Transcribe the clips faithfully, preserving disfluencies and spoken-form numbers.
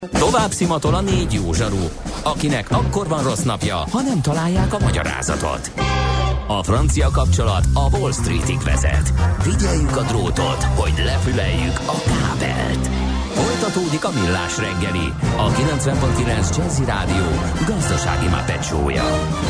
Tovább szimatol a négy jó zsaru, akinek akkor van rossz napja, ha nem találják a magyarázatot. A francia kapcsolat a Wall Streetig vezet. Figyeljük a drótot, hogy lefüleljük a kábelt. Folytatódik a Millás reggeli, a kilencven pont kilenc Jazzy Rádió gazdasági mápecsója.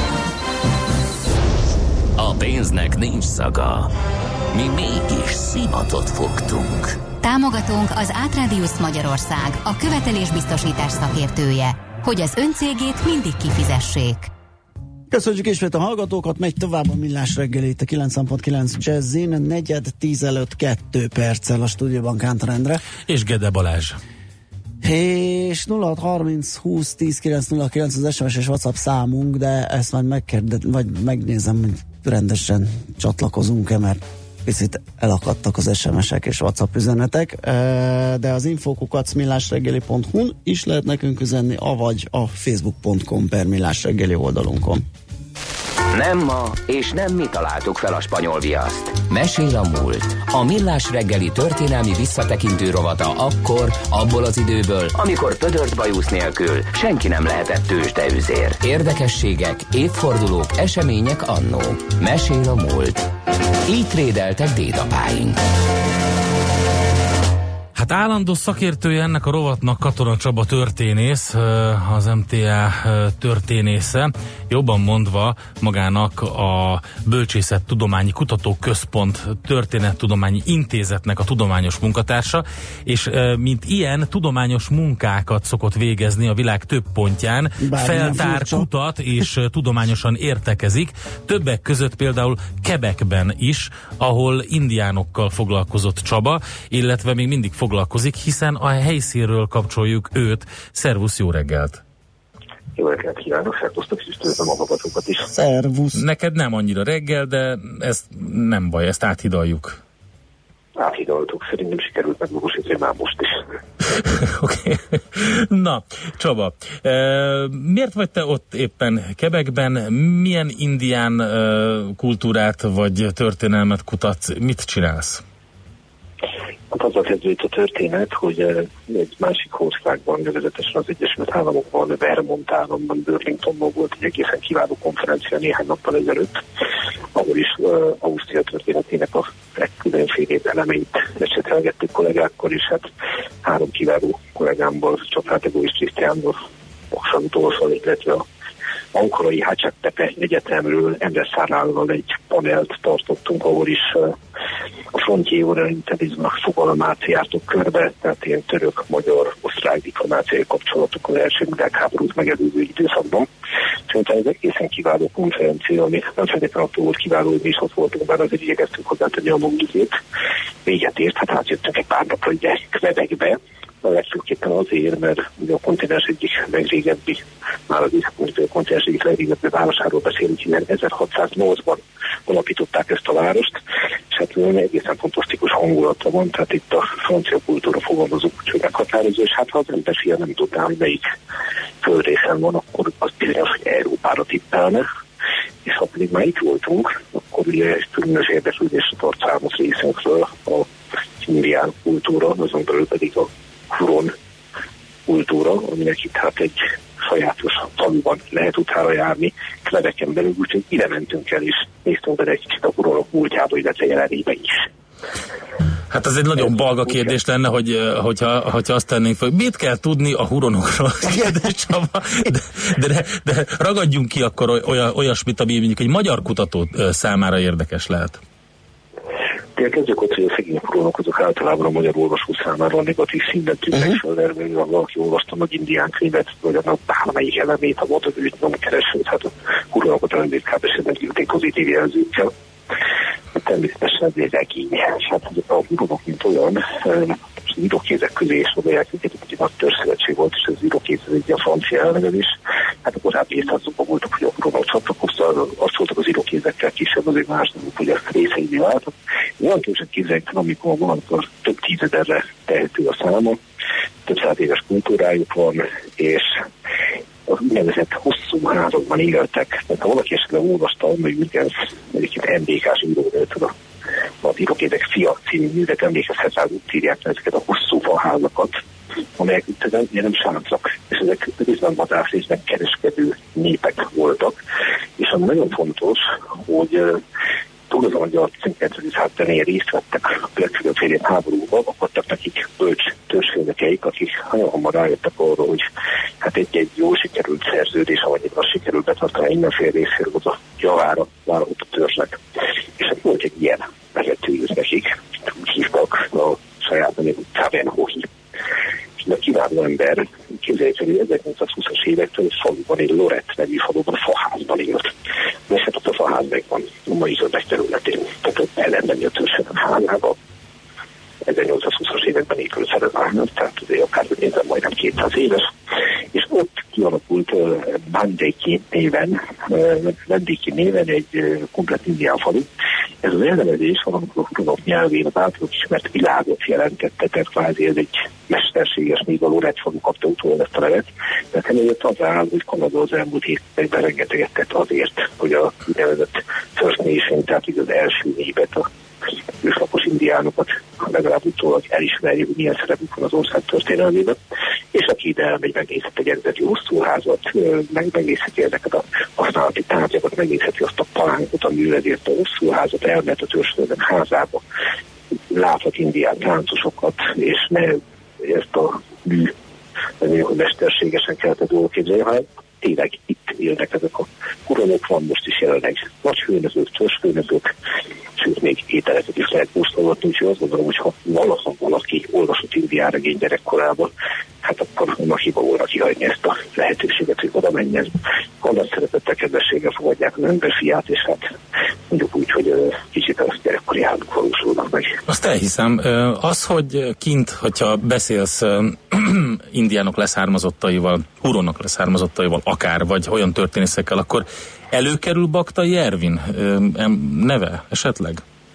A pénznek nincs szaga. Mi mégis szimatot fogtunk. Támogatónk az Átradius Magyarország, a követelésbiztosítás szakértője, hogy az öncégét mindig kifizessék. Köszönjük ismét a hallgatókat, megy tovább a Millás reggeli itt a kilencven pont kilenc Jazzin, negyed tíz előtt kettő perccel a stúdióban Kántor Endre. És Gede Balázs. És nulla hat harminc húsz tíz kilenc nulla kilenc az es em es és WhatsApp számunk, de ezt majd megkérdez, vagy megnézem, hogy rendesen csatlakozunk-e, mert picit elakadtak az es em esek és WhatsApp üzenetek, de az infókukat millásreggeli pont hu-n is lehet nekünk üzenni, avagy a facebook pont com per millásreggeli oldalunkon. Nem ma, és nem mi találtuk fel a spanyol viaszt. Mesél a múlt. A Millás reggeli történelmi visszatekintő rovata akkor, abból az időből, amikor pödört bajusz nélkül senki nem lehetett tőzsdeüzér. Érdekességek, évfordulók, események annó. Mesél a múlt. Így trédeltek dédapáink. Hát állandó szakértője ennek a rovatnak Katona Csaba történész, az em té á történésze, jobban mondva magának a Bölcsészettudományi Kutatóközpont Történettudományi Intézetnek a tudományos munkatársa, és mint ilyen tudományos munkákat szokott végezni a világ több pontján, Bár feltár, kutat és tudományosan értekezik, többek között például Quebecben is, ahol indiánokkal foglalkozott Csaba, illetve még mindig foglalkozik, hiszen a helyszínről kapcsoljuk őt. Szervusz, jó reggelt! Jó reggelt kívánok, szervusztok, és üdvözlöm a hallgatókat is. Szervusz! Neked nem annyira reggel, de ez nem baj, ezt áthidaljuk. Áthidaltuk, szerintem sikerült megvalósítani már most is. Oké. Okay. Na, Csaba, e, miért vagy te ott éppen Quebecben? Milyen indián e, kultúrát vagy történelmet kutatsz? Mit csinálsz? Hát azzal kezdődött a történet, hogy egy másik országban, nevezetesen az Egyesült Államokban, Vermont államban, Burlingtonban volt egy egészen kiváló konferencia néhány nappal ezelőtt, ahol is uh, Ausztria történetének a legkülönfélébb elemeit esetelgettük kollégákkal, és hát három kiváló kollégámból, Csaprátegó és Krisztiánból, Oksantól, illetve a Ankarai Hacettepe Egyetemről Endre Szárállal egy panelt tartottunk, ahol is uh, a frontier orientalizmus fogalmát jártuk körbe, tehát ilyen török, magyar, osztrák diplomáciai kapcsolatok az első világháborút megelőző időszakban. Szerintem ez egészen kiváló konferencia, ami nem feltétlenül attól volt kiváló, hogy mi is ott voltunk, bár azért igyekeztünk hozzátenni a magukét. Véget ért, hát átjöttünk egy pár napra ugye Quebecbe, a legfőképpen azért, mert ugye a kontinens egyik legrégebbi, már az észak-amerikai kontinens egyik legrégebbi városáról beszélünk, hiszen ezerhatszáznyolcban alapították ezt a várost, és hát egészen fantasztikus hangulata van, tehát itt a francia kultúra fogalmazók, úgyhogy meghatározó, és hát ha az ember fia nem tudná, hogy melyik földrészen van, akkor az bizonyos, hogy Európára tippelne, és ha pedig már itt voltunk, akkor ugye egy különös érdeklődésre tart számos részünkről a indián kultúra, azon belül pedig a huron kultúra, aminek itt hát egy sajátos faluban lehet utána járni, Quebecen belül, úgyhogy ide mentünk el, és néztünk bele egy kicsit a huronok múltjába, illetve jelenébe is. Hát ez egy nagyon balga kérdés lenne, hogy, hogyha, hogyha azt tennénk fel, mit kell tudni a huronokról, kérdés Csaba, de, de, de ragadjunk ki akkor oly, olyasmit, ami mondjuk egy magyar kutató számára érdekes lehet. Kezdjük ott, hogy a szegény huronok azok általában a magyar olvasó számára a negatív színben tűnnek fel, mert ha valaki olvasta nagy indián könyvet, vagy annak bármelyik elemét, a vadagőt nem keresőt, hát a huronokat a ritkább esetben írték pozitív jelzőkkel. Természetesen ez egy regény, és hát a huronok, mint olyan, az írókézek közé is odaják, hogy egy nagy törzszövetség volt, és az írókéz egy a francia elnövel is. Hát a korábbi évszázadokban voltak, hogy a huronok csatlakoztak, azt voltak az írókézekkel kisebb, azért más nem, hogy a részeivé váltak. Jelentősebb kézekben, amikor van, akkor több tízezerre tehető a száma, több száz éves kultúrájuk van, és az úgynevezett hosszú házakban éltek. Tehát ha valaki esetleg olvasta, hogy Jürgens egyébként em dé ká-s írónőt, az írókézek fia című művet emlékezhet rá, úgy írják ezeket a hosszú faházakat, amelyek itt nem sáncok, és ezek részben vadász, részben kereskedő népek voltak. És ami nagyon fontos, hogy túl azon, hogy a tizenkilencedik században részt vettek a különféle háborúban, akadtak nekik bölcs törzsfőnökeik, akik nagyon hamar rájöttek arra, hogy hát egy-egy jó sikerült szerződés, amennyiben sikerült betartani mindenféle részéről az a javára vállalott a törzsnek. És hát volt egy ilyen vezetőjük nekik, úgy hívtak a saját nevű Tavenhohi. És a kiváló ember, képzeljük, hogy ezernyolcszázhúszas évektől faluban, egy Lorett nevű faluban, faházban élt. És hát ott a faház megvan a mai zöldek területén. Tehát ott ellenben jött összetem házába. ezernyolcszázhúszas években épült szerepálnak, tehát azért akár nézem majdnem kétszáz éves. És ott kialakult uh, Bandeki néven, uh, Bandeki néven egy uh, komplet indián falu. Ez az elnevezés valamikor a huronok nyelvén az általuk ismert világot jelentette, tehát kvázi ez egy mesterséges, míg a Lorett falu kapta utólag ezt a nevet. Tehát emellett az áll, hogy Kanada az elmúlt években rengeteget tett azért, hogy a úgynevezett First Nation, tehát az első népet, a őslakos indiánokat legalább utólag elismerjük, hogy milyen szerepük van az ország történelmében, és aki ide elmegy, megnézheti egy eredeti osztóházat, meg megnézheti ezeket a használati tárgyakat, megnézheti azt a palánkot, ami vezért a osztóházat, elmehet a törzsfőnök házába, láthat indián táncosokat, és ne ezt a mű, hogy mesterségesen kellett a dolgok képzelni, hanem tényleg itt élnek ezek a huronok, van most is jelenleg nagy hőnözők, törzsfőnözők, sőt még ételeket is lehet pusztolgatni, úgyhogy azt gondolom, hogy ha valaha valaki olvasott indián regény gyerekkorában, hát akkor annak hiba volna kihagyni ezt a lehetőséget, hogy oda menjen. Annak szeretettel, kedvességgel fogadják az emberfiát, és hát mondjuk úgy, hogy kicsit a gyerekkori álmok valósulnak meg. Azt elhiszem. Az, hogy kint, hogyha beszélsz indiánok leszármazottaival, huronok leszármazottaival akár, vagy olyan történészekkel, akkor előkerül Baktai Ervin neve esetleg?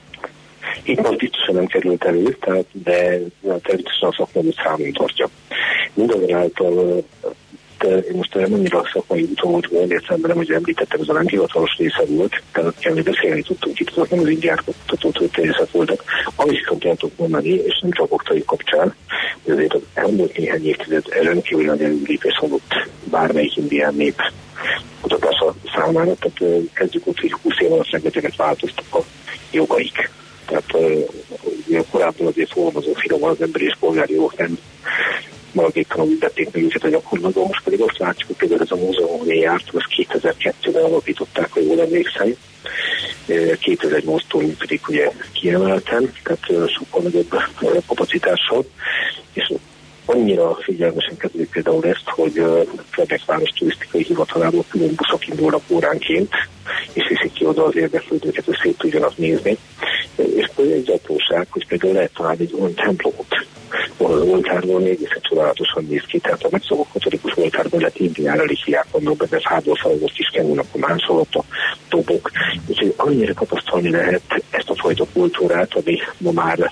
Itt most biztosan nem került elő, tehát, de természetesen a szakmai számon tartja. Mindazonáltal én most nem annyira a szakmai úton volt volna, értelemben nem, hogy említettem, ez a nem hivatalos része volt, tehát kell beszélni tudtunk itt, azok nem az indiák kutató történészek voltak, amit viszont el tudok mondani, és nem csak Baktai kapcsán, hogy azért az elmúlt néhány évtized rendkívül nagy előlépés hozott bármelyik indián nép kutatása számára, tehát kezdjük ott, hogy húsz év alatt rengeteget változtak a jogaik. Tehát uh, korábban azért fogalmazó finoman az emberi és polgári jogok nem maradéktalan úgy vették meg őket a gyakorlatban, most pedig azt látjuk, hogy például ez a múzeum járt, azt kétezer-kettőben alapították, ha jól emlékszem. kétezer-nyolctól működik ugye kiemelten, tehát sokkal nagyobb kapacitással, és annyira figyelmesen kezdődik például ezt, hogy Quebec város turisztikai hivatalából külön buszok indulnak óránként, és viszik ki oda az érdeklődőket, hogy szét tudjanak nézni. És például egy apróság, hogy például lehet találni egy olyan templomot, ahol az oltárból egészen csodálatosan néz ki, tehát a megszokott katolikus oltárban lehet indián relikiák vannak, benne fából felhozott kis kenúnak a másolat, a dobok, úgyhogy annyira tapasztalni lehet ezt a fajta kultúrát, ami ma már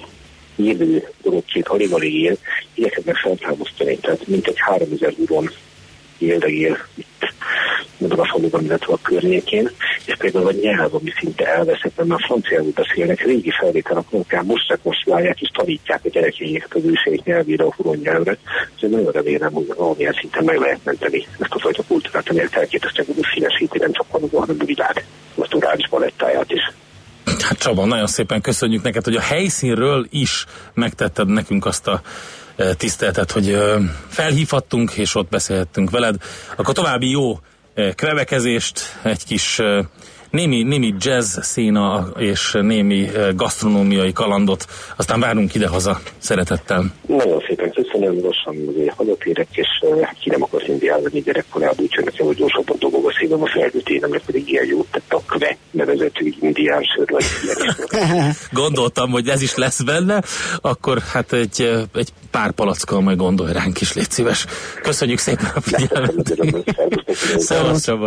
élő dologként alig-alig él, igyekeznek feltámasztani, tehát mintegy háromezer huron éldegél itt ebben a faluban, illetve a környékén, és például a nyelv, ami szinte elveszett, mert már franciául beszélnek, régi felvételek munkán most rekonstruálják és tanítják a gyerekeiket az őseik nyelvére, a huron nyelvre, úgyhogy nagyon remélem, hogy valamilyen szinten meg lehet menteni ezt a fajta kultúrát, amelyet elképesztően színesíti, nem csak Kanada, hanem a világ kulturális palettáját is. Hát Csaba, nagyon szépen köszönjük neked, hogy a helyszínről is megtetted nekünk azt a tiszteletet, hogy felhívhattunk, és ott beszélhettünk veled. Akkor további jó kvebekezést, egy kis némi, némi jazz szína és némi gasztronómiai kalandot, aztán várunk idehaza szeretettel. Nagyon szépen köszönöm, lassan azért hazatérek, és ki nem akarsz indiálni gyerekkorában, úgyhogy nekem, hogy gyorsabban dobog a szívem a felnőtt énemnek, pedig ilyen jót tett a kve nevezetű indián sör, vagy ilyen is. Gondoltam, hogy ez is lesz benne, akkor hát egy, egy pár palackkal majd gondolj ránk is, légy szíves. Köszönjük szépen a figyelmet. Szevasz, Csaba.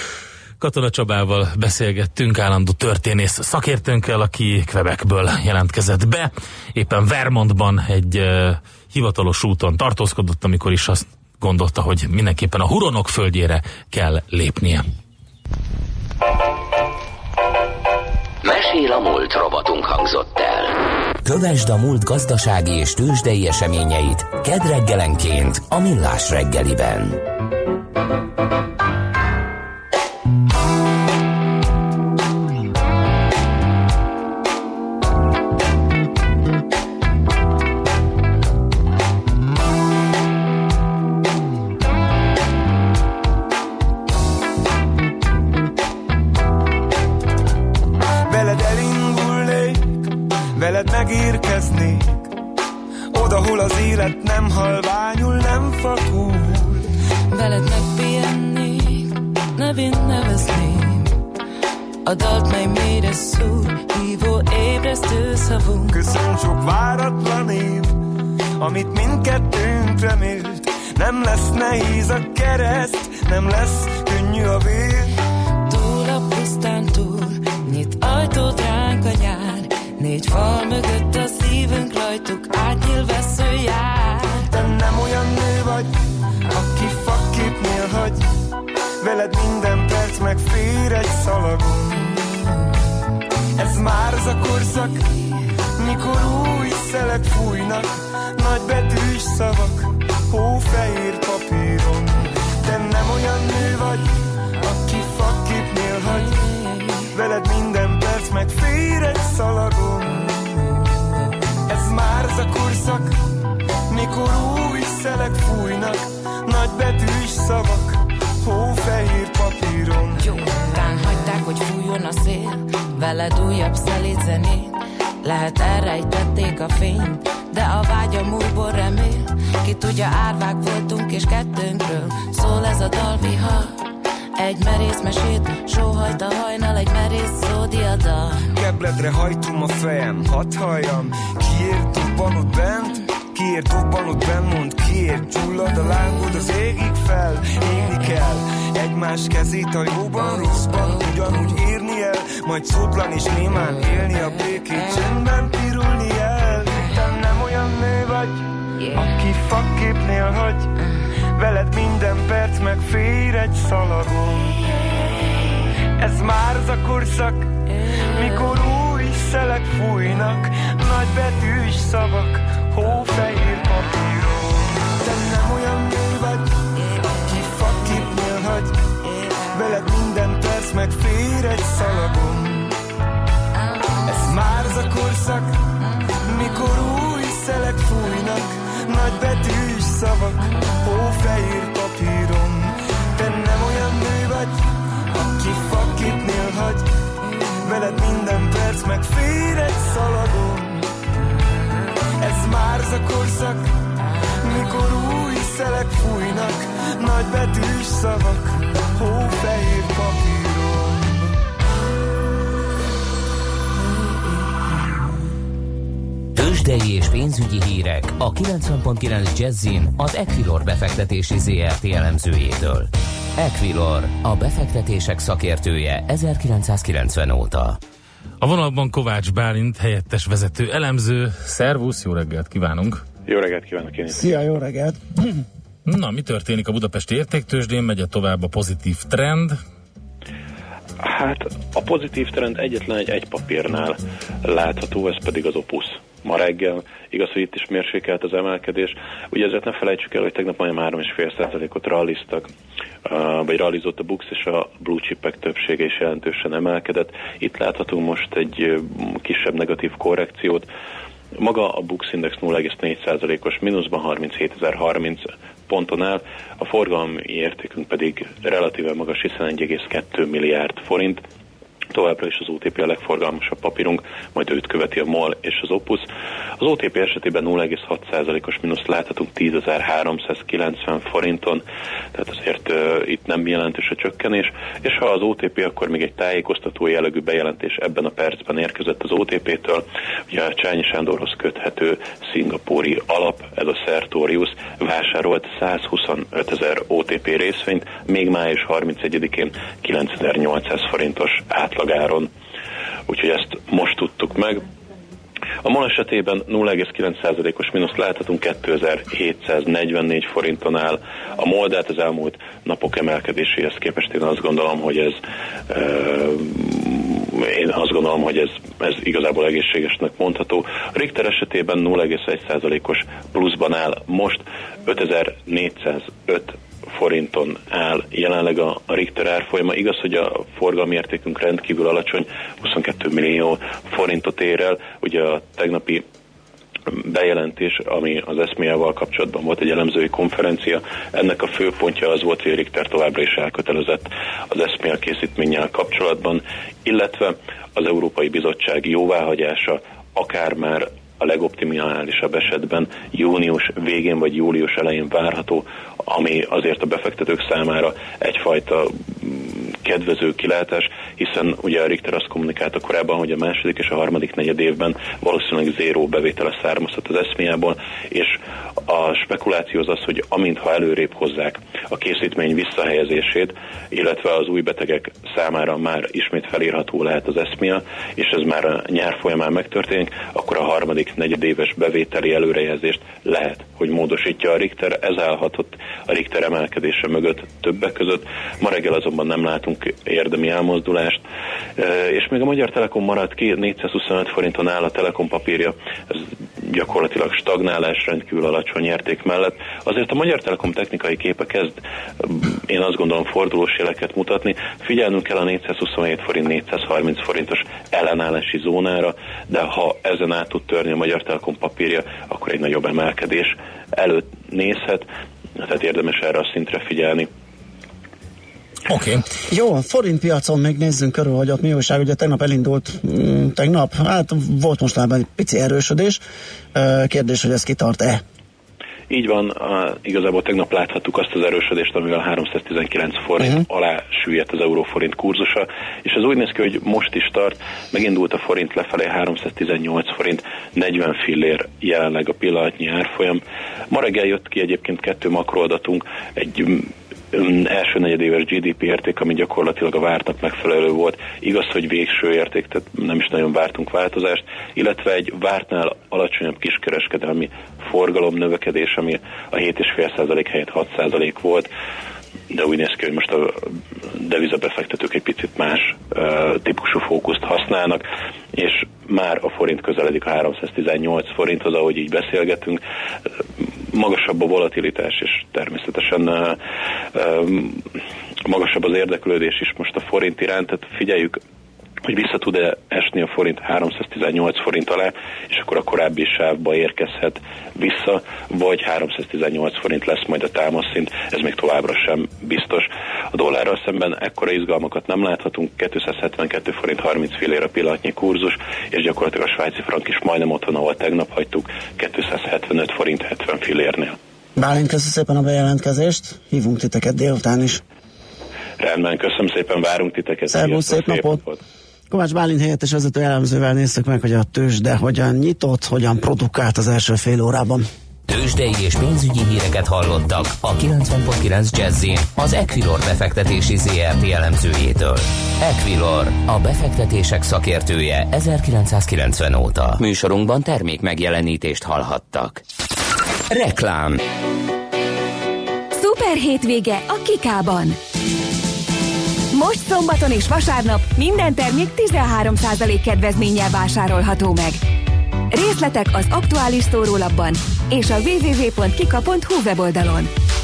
Katona Csabával beszélgettünk, állandó történész szakértőnkkel, aki Quebecből jelentkezett be. Éppen Vermontban egy uh, hivatalos úton tartózkodott, amikor is azt gondolta, hogy mindenképpen a huronok földjére kell lépnie. Mesél a múlt robotunk hangzott el. Kövesd a múlt gazdasági és tőzsdei eseményeit kedd reggelenként a Millás reggeliben. Veled megérkeznék oda, hol az élet nem halványul, nem fakul. Veled megpihennék, nevén nevezném a dalt, mely mélyre szúr, hívó ébresztő szavunk. Köszönj sok váratlan év, amit mindkettőnk remélt. Nem lesz nehéz a kereszt, nem lesz könnyű a vér. Túl a pusztán túl, nyit ajtót ránk a nyár. Négy fal mögött a szívünk rajtuk átnyíl vesző jár. Te nem olyan nő vagy, aki fakképnél hagy. Veled minden perc megfér egy szalagon. Ez már az a korszak, mikor új szelek fújnak, nagybetűs szavak, hófehér papíron. Te nem olyan nő vagy, aki fakképnél hagy. Veled minden perc megfér egy szalagon. Ez már az a korszak, mikor új szelek fújnak, nagybetűs szavak, hófehér papíron. Jó, tán hagyták, hogy fújjon a szél, veled újabb szelíd zenét. Lehet elrejtették a fényt, de a vágyam újból remél. Ki tudja, árvák voltunk és kettőnkről szól ez a dalvihar. Egy merész mesét, sóhajt a hajnal, egy merész szódiadal. Kebledre hajtom a fejem, hadd halljam. Kiért dobban ott bent? Kiért dobban ott bent? Mondd, kiért gyullad a lángod az égig fel? Égni kell egymás kezét a jóban, rosszban, ugyanúgy érni el. Majd szótlan és némán élni a békét, csendben pirulni el. Te nem olyan nő vagy, aki fakképnél hagy. Veled minden perc megfér egy szalagon. Ez már az a korszak, mikor új szelek fújnak, nagybetűs szavak, hófehér papíron. Te nem olyan nő vagy, aki fakképnél hagy. Veled minden perc megfér egy szalagon. Ez már az a korszak, mikor új szelek fújnak, nagybetűs szavak, hófehér papíron. Te nem olyan nő vagy, aki fakképnél hagy. Veled minden perc megfér egy szalagon. Ez már az a korszak, mikor új szelek fújnak, nagybetűs szavak, hófehér papíron. Tőzsdei és pénzügyi hírek a kilencven pont kilenc Jazzin az Equilor befektetési zé er té elemzőjétől. Equilor, a befektetések szakértője ezerkilencszázkilencven óta. A vonalban Kovács Bálint, helyettes vezető elemző. Szervusz, jó reggelt kívánunk! Jó reggelt kívánok én is! Szia, jó reggelt! Na, mi történik a budapesti értéktőzsdén? Megy tovább a pozitív trend? Hát a pozitív trend egyetlen egy egy papírnál látható, ez pedig az Opus. Ma reggel, igaz, hogy itt is mérsékelt az emelkedés. Ugye ezért ne felejtsük el, hogy tegnap majdnem három egész öt százalékot ralliztak, vagy rallizott a Bux, és a blue chipek többsége is jelentősen emelkedett. Itt láthatunk most egy kisebb negatív korrekciót. Maga a Bux Index nulla egész négy százalékos mínuszban harminchétezer-harminc ponton áll, a forgalmi értékünk pedig relatíven magas, hiszen egy egész kettő milliárd forint. Továbbra is az o té pé a legforgalmasabb papírunk, majd őt követi a MOL és az Opus. Az o té pé esetében nulla egész hat százalékos mínuszt láthatunk tízezer-háromszázkilencven forinton, tehát azért uh, itt nem jelentős a csökkenés, és ha az o té pé, akkor még egy tájékoztató jellegű bejelentés ebben a percben érkezett az o té pétől. Ugye a Csányi Sándorhoz köthető szingapúri alap, ez a Sertorius vásárolt százhuszonötezer o té pé részvényt, még május harmincegyedikén kilencezer-nyolcszáz forintos átlagáron. Úgyhogy ezt most tudtuk meg. A MOL esetében nulla egész kilenc százalékos mínuszt láthatunk, kétezer-hétszáznegyvennégy forinton áll a MOL, de hát az elmúlt napok emelkedéséhez képest én azt gondolom, hogy ez e, én azt gondolom, hogy ez, ez igazából egészségesnek mondható. A Richter esetében nulla egész egy százalékos pluszban áll most, ötezer-négyszázöt forinton áll jelenleg a, a Richter árfolyama. Igaz, hogy a forgalmi értékünk rendkívül alacsony, huszonkettő millió forintot ér el. Ugye a tegnapi bejelentés, ami az eszméjával kapcsolatban volt, egy elemzői konferencia, ennek a főpontja az volt, hogy a Richter továbbra is elkötelezett az eszméja készítménnyel kapcsolatban, illetve az Európai Bizottság jóváhagyása akár már a legoptimálisabb esetben június végén vagy július elején várható, ami azért a befektetők számára egyfajta kedvező kilátás, hiszen ugye a Richter azt kommunikálta korábban, hogy a második és a harmadik negyed évben valószínűleg zéró bevétele származhat az eszméjából, és a spekuláció az az, hogy amintha előrébb hozzák a készítmény visszahelyezését, illetve az új betegek számára már ismét felírható lehet az eszméja, és ez már a nyár folyamán megtörténik, akkor a harmadik negyedéves bevételi előrejelzést lehet, hogy módosítja a Richter. Ez állhatott a Richter emelkedése mögött többek között. Ma reggel azonban nem látunk érdemi elmozdulást, és még a Magyar Telekom maradt ki, négyszázhuszonöt forinton áll a Telekom papírja, ez gyakorlatilag stagnálás rendkívül alacsony érték mellett. Azért a Magyar Telekom technikai képe kezd, én azt gondolom, fordulós jeleket mutatni. Figyelnünk kell a négyszázhuszonhét forint, négyszázharminc forintos ellenállási zónára, de ha ezen át tud törni a Magyar Telekom papírja, akkor egy nagyobb emelkedés előtt nézhet, tehát érdemes erre a szintre figyelni. Oké. Okay. Jó, a forint piacon még nézzünk körül, hogy ott mi újság. Ugye tegnap elindult, mm, tegnap, hát volt mostanában egy pici erősödés. Kérdés, hogy ez kitart-e? Így van, a, igazából tegnap láthattuk azt az erősödést, amivel háromszáztizenkilenc forint uh-huh. alá süllyedt az euró-forint kurzusa, és ez úgy néz ki, hogy most is tart, megindult a forint lefelé, háromszáztizennyolc forint, negyven fillér jelenleg a pillanatnyi árfolyam. Ma reggel jött ki egyébként kettő makroadatunk, egy első negyedéves gé dé pé érték, ami gyakorlatilag a vártnak megfelelő volt. Igaz, hogy végső érték, tehát nem is nagyon vártunk változást, illetve egy vártnál alacsonyabb kiskereskedelmi forgalom növekedés, ami a hét egész öt százalék helyett hat százalék volt, de úgy néz ki, hogy most a devizabefektetők egy picit más uh, típusú fókuszt használnak, és már a forint közeledik a háromszáztizennyolc forinthoz, ahogy így beszélgetünk. Magasabb a volatilitás, és természetesen uh, uh, magasabb az érdeklődés is most a forint iránt, tehát figyeljük, hogy vissza tud-e esni a forint háromszáztizennyolc forint alá, és akkor a korábbi sávba érkezhet vissza, vagy háromszáztizennyolc forint lesz majd a támaszszint, ez még továbbra sem biztos. A dollárral szemben ekkora izgalmakat nem láthatunk, kétszázhetvenkettő forint harminc fillér a pillanatnyi kurzus, és gyakorlatilag a svájci frank is majdnem otthon, ahol tegnap hagytuk, kétszázhetvenöt forint hetven fillérnél. Bálint, köszönöm szépen a bejelentkezést, hívunk titeket délután is. Rendben, köszönöm szépen, várunk titeket. Szervusz, szép napot! napot. Kovács Bálint helyettes vezető elemzővel néztük meg, hogy a tőzsde hogyan nyitott, hogyan produkált az első fél órában. Tőzsdei és pénzügyi híreket hallottak a kilencven pont kilenc Jazzin az Equilor befektetési zé er té elemzőjétől. Equilor, a befektetések szakértője ezerkilencszázkilencven óta. Műsorunkban termék megjelenítést hallhattak. Reklám. Szuper hétvége a Kikában. Most szombaton és vasárnap minden termék tizenhárom százalék kedvezménnyel vásárolható meg. Részletek az aktuális szórólapban és a double-u double-u double-u pont kika pont hu weboldalon.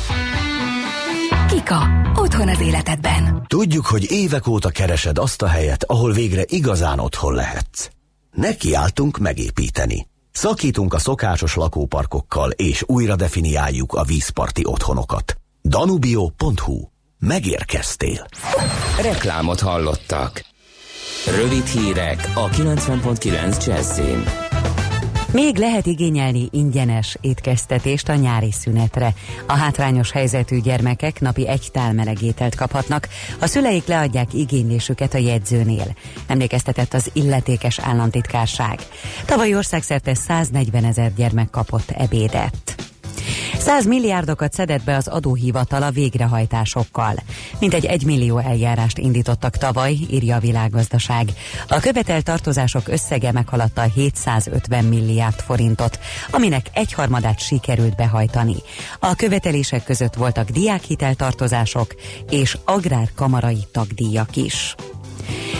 Kika. Otthon az életedben. Tudjuk, hogy évek óta keresed azt a helyet, ahol végre igazán otthon lehetsz. Nekiálltunk megépíteni. Szakítunk a szokásos lakóparkokkal és újra definiáljuk a vízparti otthonokat. danubio pont hu. Megérkeztél. Reklámot hallottak. Rövid hírek a kilencven pont kilenc Jazzin. Még lehet igényelni ingyenes étkeztetést a nyári szünetre. A hátrányos helyzetű gyermekek napi egy tál meleg ételt kaphatnak, a szüleik leadják igénylésüket a jegyzőnél. Emlékeztetett az illetékes államtitkárság. Tavaly országszerte száznegyvenezer gyermek kapott ebédet. száz milliárdokat szedett be az adóhivatal a végrehajtásokkal. Mintegy egy millió eljárást indítottak tavaly, írja a Világgazdaság. A követelt tartozások összege meghaladta hétszázötven milliárd forintot, aminek egyharmadát sikerült behajtani. A követelések között voltak diákhiteltartozások és agrárkamarai tagdíjak is.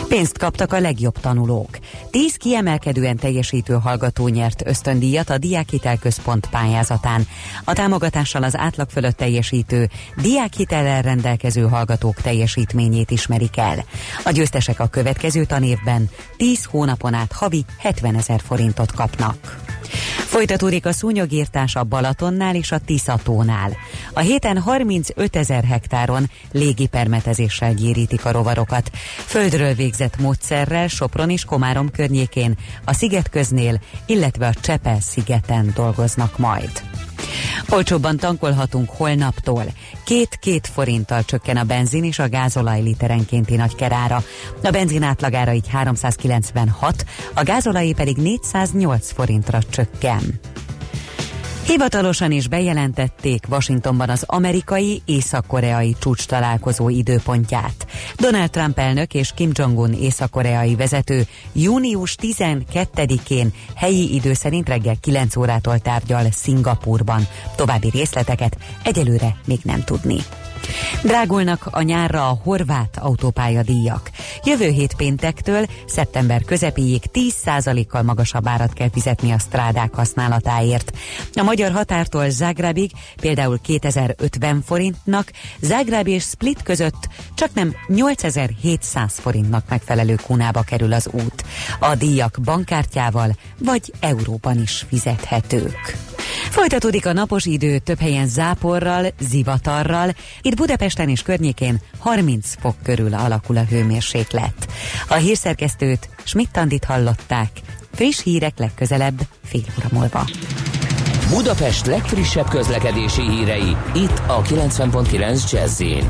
Pénzt kaptak a legjobb tanulók. Tíz kiemelkedően teljesítő hallgató nyert ösztöndíjat a Diákhitelközpont pályázatán. A támogatással az átlag fölött teljesítő, diákhitellel rendelkező hallgatók teljesítményét ismerik el. A győztesek a következő tanévben tíz hónapon át havi hetvenezer forintot kapnak. Folytatódik a szúnyogírtás a Balatonnál és a Tiszatónál. A héten harmincötezer hektáron légipermetezéssel gyérítik a rovarokat. Földről végzett módszerrel Sopron és Komárom környékén, a Szigetköznél, illetve a Csepel-szigeten dolgoznak majd. Olcsóbban tankolhatunk holnaptól. Két-két forinttal csökken a benzin és a gázolaj literenkénti nagykerára. A benzin átlagára így háromszázkilencvenhat, a gázolajé pedig négyszáznyolc forintra csökken. Hivatalosan is bejelentették Washingtonban az amerikai, észak-koreai csúcs találkozó időpontját. Donald Trump elnök és Kim Jong-un észak-koreai vezető június tizenkettedikén helyi idő szerint reggel kilenc órától tárgyal Szingapúrban. További részleteket egyelőre még nem tudni. Drágulnak a nyárra a horvát autópályadíjak. Jövő hét péntektől szeptember közepéig tíz százalékkal magasabb árat kell fizetni a strádák használatáért. A magyar határtól Zágrábig például kétezer-ötven forintnak, Zágráb és Split között csaknem nyolcezer-hétszáz forintnak megfelelő kunába kerül az út. A díjak bankkártyával vagy euróban is fizethetők. Folytatódik a napos idő, több helyen záporral, zivatarral, itt Budapesten és környékén harminc fok körül alakul a hőmérséklet. A hírszerkesztőt, Schmidt-Tandit hallották, friss hírek legközelebb fél óra múlva. Budapest legfrissebb közlekedési hírei, itt a kilencven pont kilenc Jazz-in.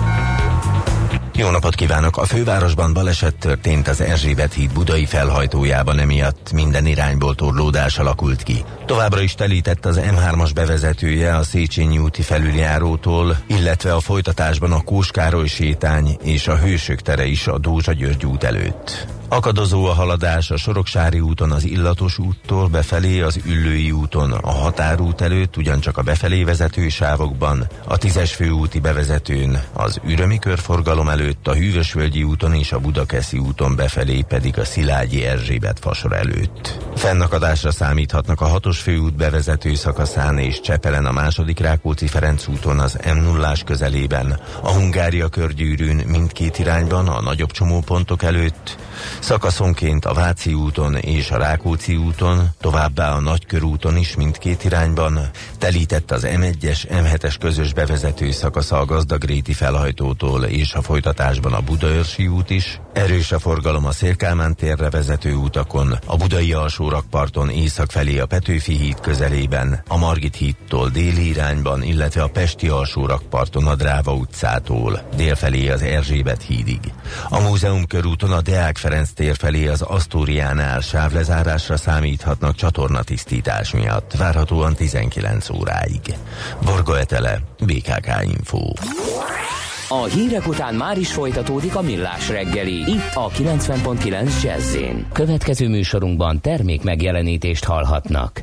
Jó napot kívánok! A fővárosban baleset történt az Erzsébet híd budai felhajtójában, emiatt minden irányból torlódás alakult ki. Továbbra is telített az M hármas bevezetője a Széchenyi úti felüljárótól, illetve a folytatásban a Kós-Károly sétány és a Hősök tere is a Dózsa-György út előtt. Akadozó a haladás a Soroksári úton az Illatos úttól befelé, az Üllői úton a Határút előtt, ugyancsak a befelé vezető sávokban, a tízes főúti bevezetőn az Ürömi körforgalom előtt, a Hűvösvölgyi úton és a Budakeszi úton befelé pedig a Szilágyi Erzsébet fasor előtt. Fennakadásra számíthatnak a hatos főút bevezető szakaszán és Csepelen a második Rákóczi-Ferenc úton az M nullás közelében, a Hungária körgyűrűn mindkét irányban a nagyobb csomópontok előtt, szakaszonként a Váci úton és a Rákóczi úton, továbbá a Nagykörúton is mindkét irányban. Telített az M egyes, M hetes közös bevezető szakasza a Gazdagréti felhajtótól és a folytatásban a Budaörsi út is. Erős a forgalom a Széll-Kálmán térre vezető utakon, a budai alsórakparton észak felé a Petőfi híd közelében, a Margit hídtól déli irányban, illetve a pesti alsórakparton a Dráva utcától délfelé az Erzsébet hídig. A Múzeum körúton a Deák Ferenc tér felé az Asztóriánál sávlezárásra számíthatnak csatornatisztítás miatt, várhatóan tizenkilenc óráig. Varga Etele, bé ká ká Info. A hírek után már is folytatódik a Millás reggeli, itt a kilencven pont kilenc Jazz-in. Következő műsorunkban termék megjelenítést hallhatnak.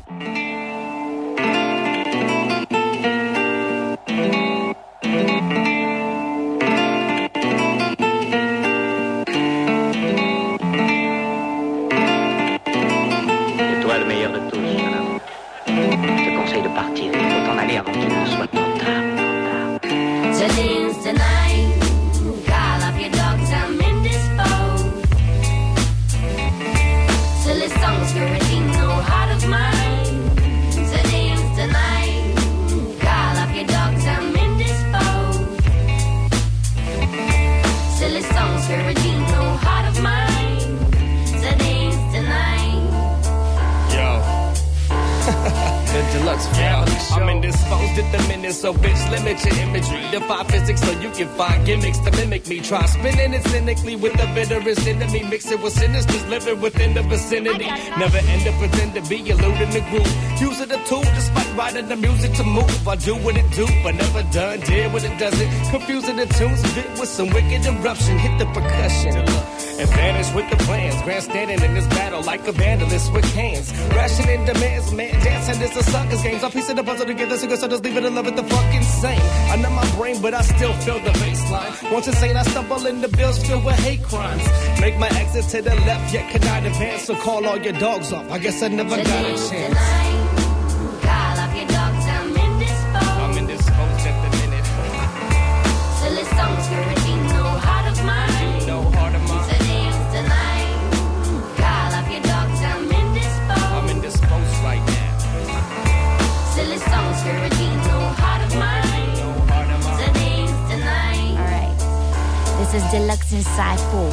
I'm indisposed at the minute, so bitch, limit your imagery. Defy physics so you can find gimmicks to mimic me. Try spinning it cynically with the bitterest enemy. Mix it with sinisters living within the vicinity. Never end up pretend to be eluding the groove. Using the tool despite writing the music to move. I do what it do, but never done did what it doesn't. Confusing the tunes bit with some wicked eruption. Hit the percussion and vanish with the plans. Grandstanding in this battle like a vandalist with hands. Rationing demands, man, dancing is a sucker's games. I piece of the puzzle together, so just leave it and love it motherfucking same. I know my brain, but I still feel the baseline. Once insane, I stumble into bills filled with hate crimes. Make my exit to the left, yet cannot advance. So call all your dogs off. I guess I never got a chance. Tonight, call up your dogs. I'm indisposed. I'm indisposed at the minute. Till it's on security, no heart of mine. No heart of mine. Today's tonight. Call up your dogs. I'm indisposed. I'm indisposed right now. Till it's on security, no heart of mine. No heart of mine. Today's tonight. All right. This is Deluxe Inside four.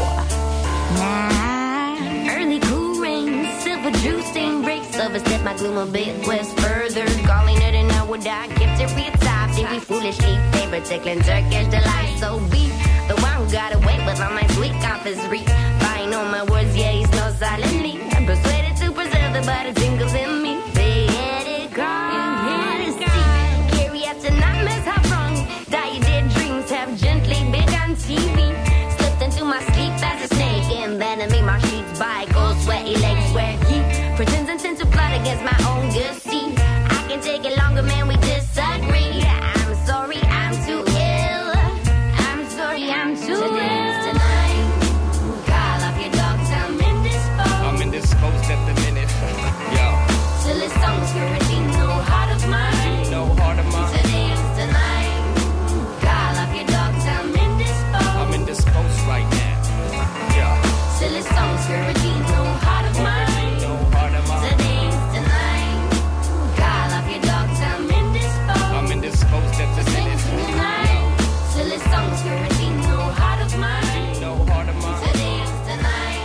Nah. Early cool rain, silver juice stain breaks. Overstep my gloom a bit west further. Calling it an hour, I kept it real top. Did we foolishly favor tickling Turkish delight? So be the one who got away with all my sweet compass reach. Buying on my words, yeah, he's no silently. I'm persuaded to preserve the body tingles in me. They had it gone. Carry out your nightmares, how wrong. Die your dead dreams, have gently begun T V. Slipped into my sleep as a snake, and then I made my sheets by cold, sweaty legs where he pretends intent to plot against my own good seed. I can take it longer, man, we disagree. I'm sorry, I'm too ill. I'm sorry, I'm too ill. Tonight, call up your dogs, I'm indisposed. I'm indisposed at the minute. Yo. Till it's on security, no heart of mine. No heart of mine. Today's tonight, call up your dogs, I'm indisposed. I'm indisposed right now. Yeah. Till it's on security, no heart of mine. No heart of mine. Today's tonight, call up your dogs, I'm indisposed. I'm indisposed at the minute. Tonight, till it's on security, no heart of mine. No heart of mine. Today's tonight.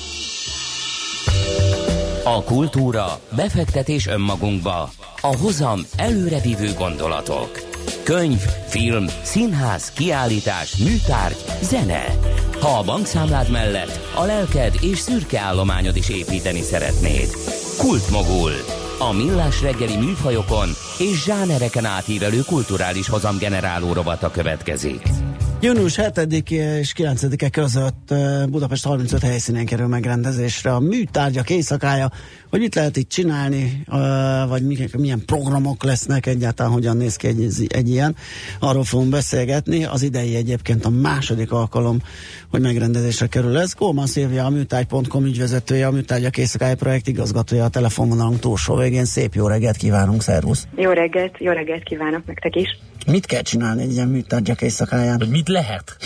A kultúra, befektetés önmagunkba, a hozam előrevívő gondolatok. Könyv, film, színház, kiállítás, műtárgy, zene. Ha a bankszámlád mellett a lelked és szürke állományod is építeni szeretnéd. Kultmogul. A millás reggeli műfajokon és zsánereken átívelő kulturális hozamgeneráló rovata következik. Június hetedike és kilencedike között Budapest harmincöt helyszínen kerül megrendezésre a műtárgyak éjszakája, hogy mit lehet itt csinálni, vagy milyen programok lesznek, egyáltalán hogyan néz ki egy, egy ilyen. Arról fogunk beszélgetni. Az idei egyébként a második alkalom, hogy megrendezésre kerül ez. Kólman Szilvia, a műtárgy pont com ügyvezetője, a Műtárgyak éjszakája projekt igazgatója a telefonvonalunk túlsó végén. Szép jó reggelt kívánunk, szervusz! Jó reggelt, jó reggelt kívánok nektek is! Mit kell csinálni egy ilyen műtárgyak éjszakáján? Hogy mit lehet?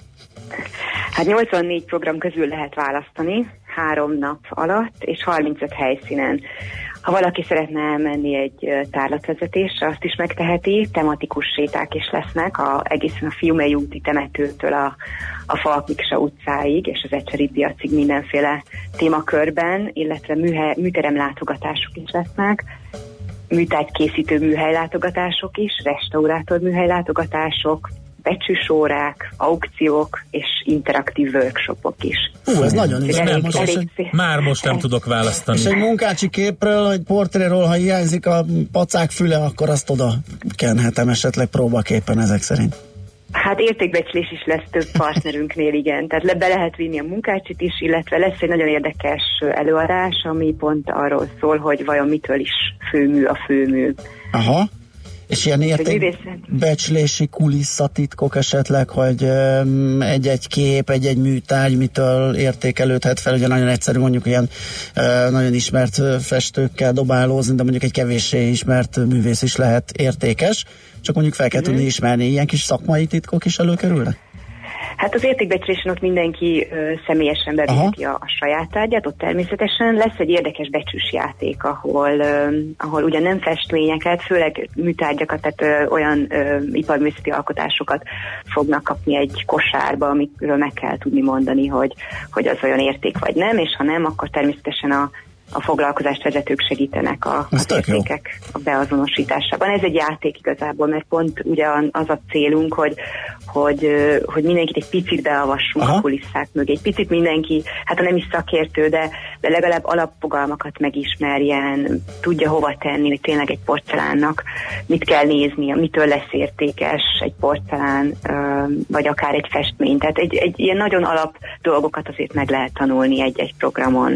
Hát nyolcvannégy program közül lehet választani, három nap alatt, és harmincöt helyszínen. Ha valaki szeretne elmenni egy tárlatvezetésre, azt is megteheti, tematikus séták is lesznek, a, egészen a Fiumei úti temetőtől a, a Falk-Miksa utcáig, és az Ecseri piacig mindenféle témakörben, illetve műhely, műterem látogatások is lesznek, műtárgykészítő műhelylátogatások is, restaurátor műhelylátogatások, becsűsórák, aukciók és interaktív workshopok is. Hú, ez nagyon is. Elég, most elég már most nem tudok választani. És egy munkácsi képről, egy portréról, ha hiányzik a pacák füle, akkor azt oda kenhetem esetleg próbaképpen ezek szerint. Hát értékbecslés is lesz több partnerünknél, igen. Tehát le be lehet vinni a munkácsit is, illetve lesz egy nagyon érdekes előadás, ami pont arról szól, hogy vajon mitől is főmű a főmű. Aha. És ilyen értékbecslési kulisszatitkok esetleg, hogy egy-egy kép, egy-egy műtárgy mitől értékelődhet fel, ugye nagyon egyszerű mondjuk ilyen nagyon ismert festőkkel dobálózni, de mondjuk egy kevéssé ismert művész is lehet értékes, csak mondjuk fel kell mm-hmm. tudni ismerni, ilyen kis szakmai titkok is előkerülnek? Hát az értékbecslésen ott mindenki ö, személyesen beviheti a, a saját tárgyát, ott természetesen lesz egy érdekes becsűs játék, ahol, ö, ahol ugyan nem festményeket, főleg műtárgyakat, tehát ö, olyan ö, iparművészeti alkotásokat fognak kapni egy kosárba, amikről meg kell tudni mondani, hogy, hogy az olyan érték vagy nem, és ha nem, akkor természetesen a a foglalkozást vezetők segítenek a, az értékek a beazonosításában. Ez egy játék igazából, mert pont ugye az a célunk, hogy, hogy, hogy mindenkit egy picit beavassunk Aha. a kulisszák mögé. Egy picit mindenki, hát ha nem is szakértő, de, de legalább alapfogalmakat megismerjen, tudja hova tenni, hogy tényleg egy porcelánnak mit kell nézni, mitől lesz értékes egy porcelán, vagy akár egy festmény. Tehát egy, egy ilyen nagyon alap dolgokat azért meg lehet tanulni egy-egy programon.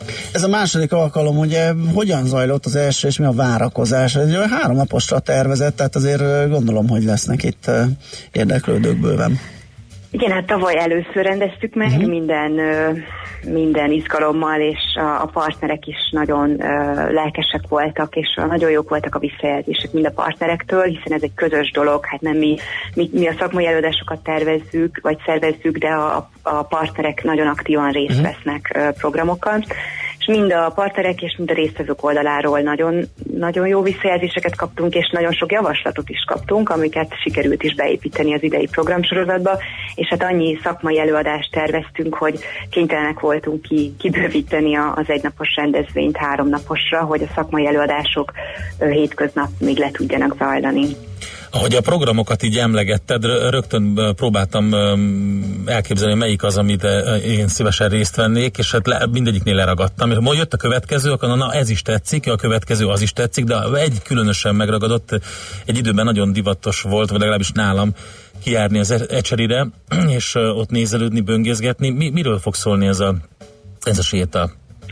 Ez a második alkalom, ugye hogyan zajlott az első, és mi a várakozás? Ez egy három naposra tervezett, tehát azért gondolom, hogy lesznek itt érdeklődők bőven. Igen, hát tavaly először rendeztük meg, uh-huh. minden, minden izgalommal, és a, a partnerek is nagyon uh, lelkesek voltak, és nagyon jók voltak a visszajelzések mind a partnerektől, hiszen ez egy közös dolog, hát nem mi, mi, mi a szakmai előadásokat tervezzük, vagy szervezzük, de a, a partnerek nagyon aktívan részt uh-huh. vesznek uh, programokkal. Mind a partnerek és mind a résztvevők oldaláról nagyon, nagyon jó visszajelzéseket kaptunk, és nagyon sok javaslatot is kaptunk, amiket sikerült is beépíteni az idei programsorozatba, és hát annyi szakmai előadást terveztünk, hogy kénytelenek voltunk ki, kibővíteni az egynapos rendezvényt három naposra, hogy a szakmai előadások hétköznap még le tudjanak zajlani. Ahogy a programokat így emlegetted, rögtön próbáltam elképzelni, melyik az, amit én szívesen részt vennék, és hát le, mindegyiknél leragadtam. Ma jött a következő, akkor na ez is tetszik, a következő az is tetszik, de egy különösen megragadott, egy időben nagyon divatos volt, vagy legalábbis nálam kijárni az Ecserire, és ott nézelődni, böngészgetni. Mi, miről fog szólni ez a, ez a séta?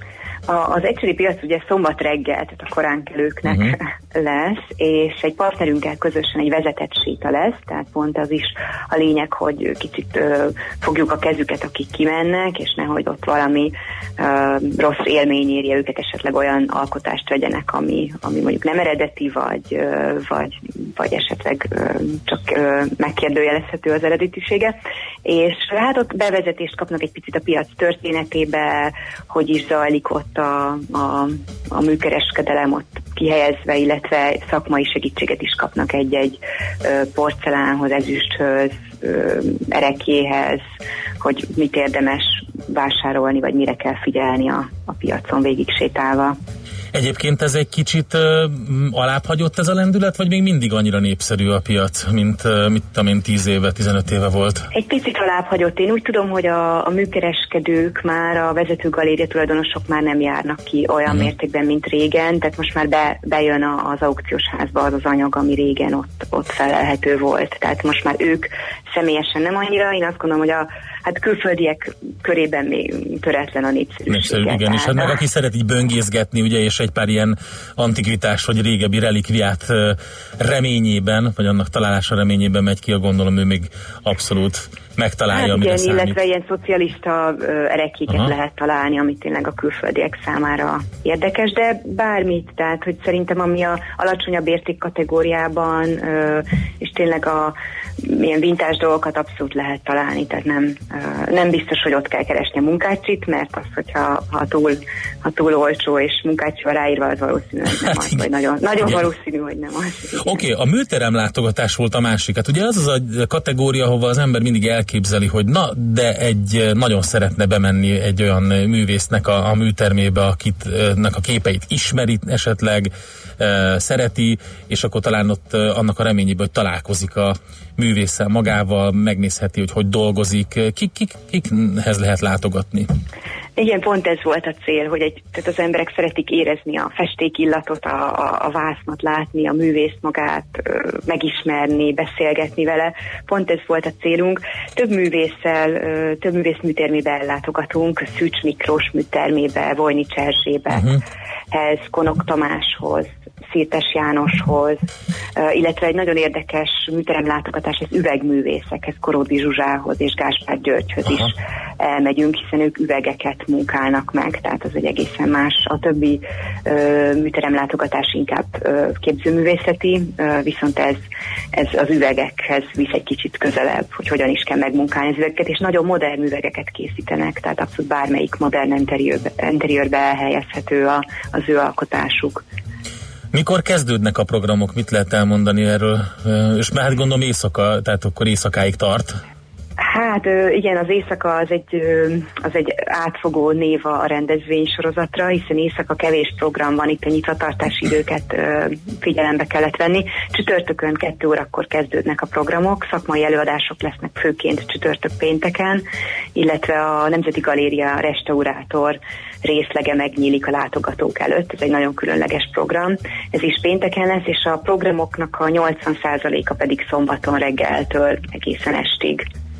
A, az egyszerű piac ugye szombat reggel, tehát a koránkelőknek uh-huh. lesz, és egy partnerünkkel közösen egy vezetett séta lesz, tehát pont az is a lényeg, hogy kicsit ö, fogjuk a kezüket, akik kimennek, és nehogy ott valami ö, rossz élmény érje őket, esetleg olyan alkotást vegyenek, ami, ami mondjuk nem eredeti, vagy, ö, vagy, vagy esetleg ö, csak ö, megkérdőjelezhető az eredetisége. És hát ott bevezetést kapnak egy picit a piac történetébe, hogy is zajlik ott a, a, a műkereskedelem ott kihelyezve, illetve szakmai segítséget is kapnak egy-egy ö, porcelánhoz, ezüsthöz, ö, erekjéhez, hogy mit érdemes vásárolni, vagy mire kell figyelni a, a piacon végig sétálva. Egyébként ez egy kicsit uh, alábbhagyott ez a lendület, vagy még mindig annyira népszerű a piac, mint uh, mit tudom én, tíz éve, tizenöt éve volt? Egy picit alábbhagyott. Én úgy tudom, hogy a, a műkereskedők már, a vezető galéria tulajdonosok már nem járnak ki olyan uh-huh. mértékben, mint régen, tehát most már be, bejön a, az aukciós házba az az anyag, ami régen ott, ott felelhető volt. Tehát most már ők személyesen nem annyira. Én azt gondolom, hogy a hát külföldiek körében még töretlen a népszerűsége. Igen, és hát meg aki szeret így böngészgetni, ugye, és egy pár ilyen antikvitás, vagy régebbi relikviát reményében, vagy annak találása reményében megy ki, a gondolom ő még abszolút megtalálja, hát igen, illetve számít. Ilyen szocialista erekéket Aha. lehet találni, amit tényleg a külföldiek számára érdekes, de bármit, tehát hogy szerintem ami a alacsonyabb értékkategóriában, és tényleg a ilyen vintage dolgokat abszolút lehet találni, tehát nem, nem biztos, hogy ott kell keresni a munkácsit, mert az, hogyha ha túl, ha túl olcsó és munkácsival ráírva, az valószínűleg nem az, vagy nagyon, nagyon valószínű, hogy nem az. Oké, okay, a műterem látogatás volt a másik. Hát ugye az az a kategória, ahova az ember mindig elképzeli, hogy na, de egy nagyon szeretne bemenni egy olyan művésznek a, a műtermébe, akitnek a képeit ismeri esetleg, e, szereti, és akkor talán ott annak a reményében, hogy találkozik a művésszel magával, megnézheti, hogy hogy dolgozik. Kik, kik, kikhez lehet látogatni? Igen, pont ez volt a cél, hogy egy, tehát az emberek szeretik érezni a festékillatot, a, a, a vásznat, látni, a művészt magát, megismerni, beszélgetni vele. Pont ez volt a célunk. Több művésszel, több művész műtermébe ellátogatunk, Szűcs Miklós műtermébe, Vojnics Erzsébe, uh-huh. ez Konok Tamáshoz, Szirtes Jánoshoz, illetve egy nagyon érdekes műteremlátogatás az üvegművészekhez, Koródi Zsuzsához és Gáspár Györgyhöz Aha. is elmegyünk, hiszen ők üvegeket munkálnak meg, tehát az egy egészen más. A többi műteremlátogatás inkább ö, képzőművészeti, ö, viszont ez, ez az üvegekhez visz egy kicsit közelebb, hogy hogyan is kell megmunkálni az üvegeket, és nagyon modern üvegeket készítenek, tehát abszolút bármelyik modern interiőrbe, interiőrbe elhelyezhető a, az ő alkotásuk. Mikor kezdődnek a programok? Mit lehet elmondani erről? És már hát gondolom éjszaka, tehát akkor éjszakáig tart. Hát igen, az éjszaka az egy, az egy átfogó név a rendezvény sorozatra, hiszen éjszaka kevés program van, itt a nyitvatartási időket figyelembe kellett venni. Csütörtökön kettő órakor kezdődnek a programok, szakmai előadások lesznek főként csütörtök pénteken, illetve a Nemzeti Galéria restaurátor részlege megnyílik a látogatók előtt, ez egy nagyon különleges program. Ez is pénteken lesz, és a programoknak a nyolcvan százaléka pedig szombaton reggeltől egészen estig.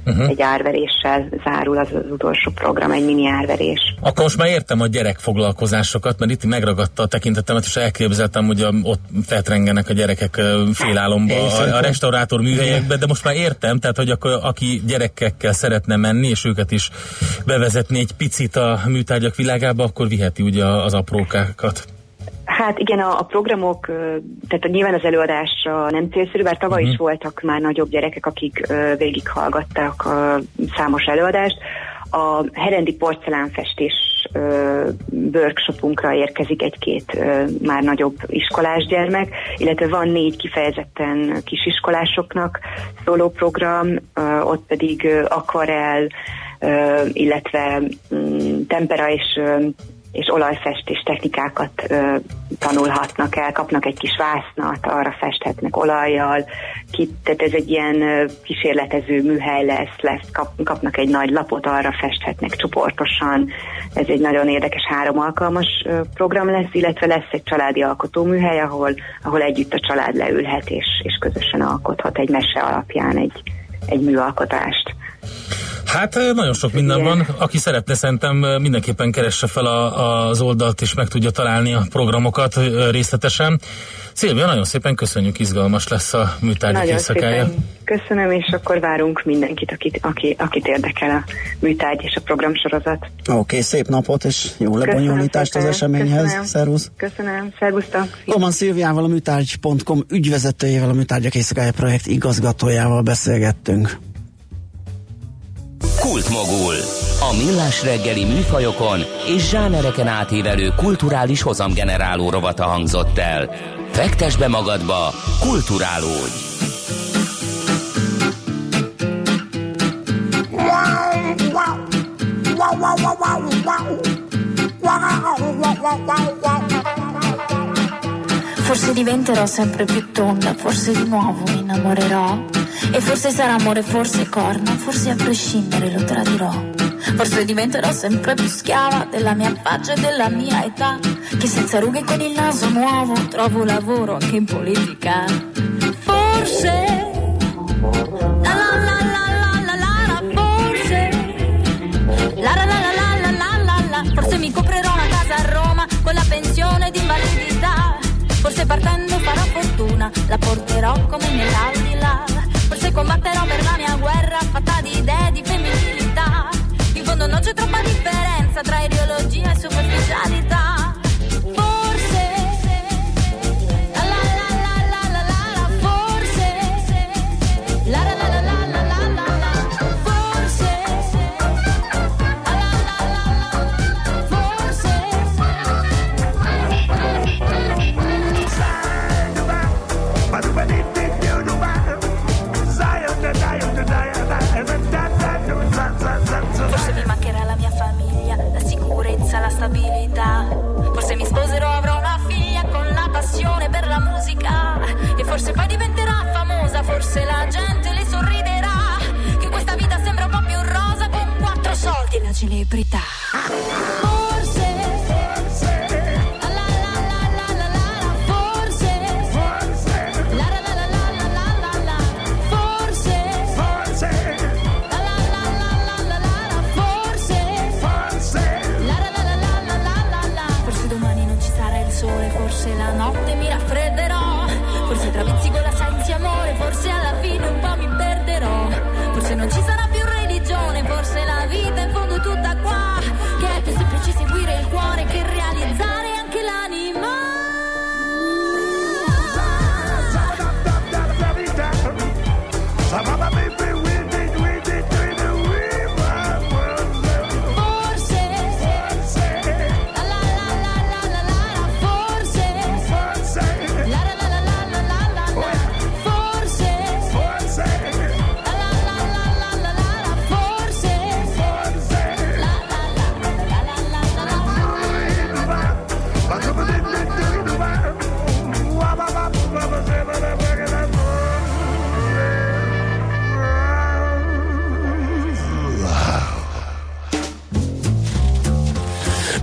uh-huh. egy árveréssel zárul az, az utolsó program, egy mini árverés. Akkor most már értem a gyerekfoglalkozásokat, mert itt megragadta a tekintetemet, és elképzeltem, hogy a, ott feltrengenek a gyerekek félálomba a, a restaurátor műhelyekbe, de most már értem, tehát hogy akkor, aki gyerekekkel szeretne menni, és őket is bevezetni egy picit a műtárgyak világába, akkor viheti ugye az aprókákat. Hát igen, a, a programok, tehát nyilván az előadásra nem célszerű, bár tavaly uh-huh. is voltak már nagyobb gyerekek, akik uh, végighallgatták a számos előadást. A herendi porcelánfestés uh, workshopunkra érkezik egy-két uh, már nagyobb iskolás gyermek, illetve van négy kifejezetten kisiskolásoknak szóló program, uh, ott pedig uh, akvarell, uh, illetve um, tempera és uh, és olajfestés technikákat ö, tanulhatnak el, kapnak egy kis vásznat, arra festhetnek olajjal, ki, tehát ez egy ilyen ö, kísérletező műhely lesz, lesz kap, kapnak egy nagy lapot, arra festhetnek csoportosan, ez egy nagyon érdekes három alkalmas ö, program lesz, illetve lesz egy családi alkotóműhely, ahol, ahol együtt a család leülhet, és, és közösen alkothat egy mese alapján egy, egy műalkotást. Hát nagyon sok minden van. Aki szeretne, szerintem mindenképpen keresse fel a, az oldalt, és meg tudja találni a programokat részletesen. Szilvia, nagyon szépen köszönjük, izgalmas lesz a műtárgyak éjszakája. Köszönöm, és akkor várunk mindenkit, akit, aki, akit érdekel a műtárgy és a programsorozat. Oké, okay, szép napot, és jó lebonyolítást az eseményhez. Köszönöm. Szervusz. Köszönöm, szervusztok. Koman Szilviával, a műtárgy pont com ügyvezetőjével, a Műtárgyak éjszakája projekt igazgatójával beszélgettünk. Kultmogul. A millás reggeli műfajokon és zsánereken átívelő kulturális hozamgeneráló rovata hangzott el. Fektesd be magadba, kulturálódj! Forse diventerò sempre più tonda, forse di nuovo mi innamorerò. E forse sarà amore, forse corna, forse a prescindere lo tradirò. Forse diventerò sempre più schiava della mia faccia e della mia età, che senza rughe con il naso nuovo trovo lavoro anche in politica. Forse la la la la la la la, forse la la la la la la la la, forse mi comprerò una casa a Roma con la pensione di invalidità. Forse partendo farò fortuna, la porterò come nell'aldilà. Forse combatterò per la mia guerra fatta di idee di femminilità. In fondo non c'è troppa differenza tra ideologia e superficialità. Forse la la la la la la la, forse la la la la la la la la la, forse la la la la la, forse. Forse mi mancherà la mia famiglia, la sicurezza, la stabilità. Forse mi sposerò, avrò una figlia con la passione per la musica. E forse poi diventerà famosa, forse la gente le sorriderà. Che questa vita sembra un po' più rosa con quattro soldi e la celebrità. Forse forse la notte mi raffredderò, forse travizzico la senza amore, forse alla fine un po' mi perderò, forse non ci sarà più religione, forse la vita in fondo tutta qua, che è più semplice seguire il cuore che realizzare anche l'anima.